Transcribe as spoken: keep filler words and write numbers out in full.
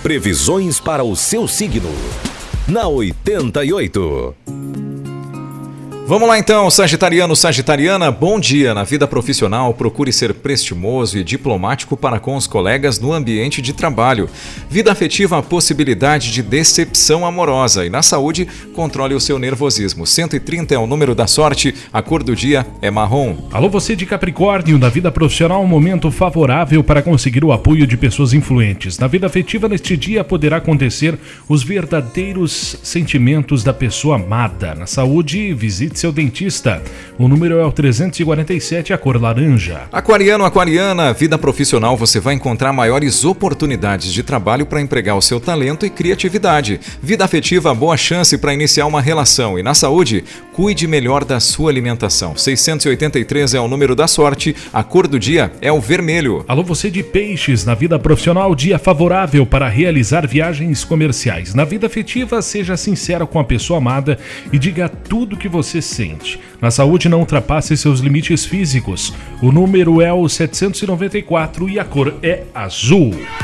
Previsões para o seu signo. Na oitenta e oito. Vamos lá então, sagitariano, sagitariana, bom dia. Na vida profissional, procure ser prestimoso e diplomático para com os colegas no ambiente de trabalho. Vida afetiva, a possibilidade de decepção amorosa. E na saúde, controle o seu nervosismo. cento e trinta é o número da sorte, a cor do dia é marrom. Alô, você de Capricórnio, na vida profissional, um momento favorável para conseguir o apoio de pessoas influentes. Na vida afetiva, neste dia, poderá acontecer os verdadeiros sentimentos da pessoa amada. Na saúde, visite seu dentista. O número é o trezentos e quarenta e sete, a cor laranja. Aquariano, aquariana, vida profissional, você vai encontrar maiores oportunidades de trabalho para empregar o seu talento e criatividade. Vida afetiva, boa chance para iniciar uma relação. E na saúde, cuide melhor da sua alimentação. seiscentos e oitenta e três é o número da sorte, a cor do dia é o vermelho. Alô, você de peixes, na vida profissional, dia favorável para realizar viagens comerciais. Na vida afetiva, seja sincero com a pessoa amada e diga tudo que você sente. Na saúde, não ultrapasse seus limites físicos. O número é o setecentos e noventa e quatro e a cor é azul.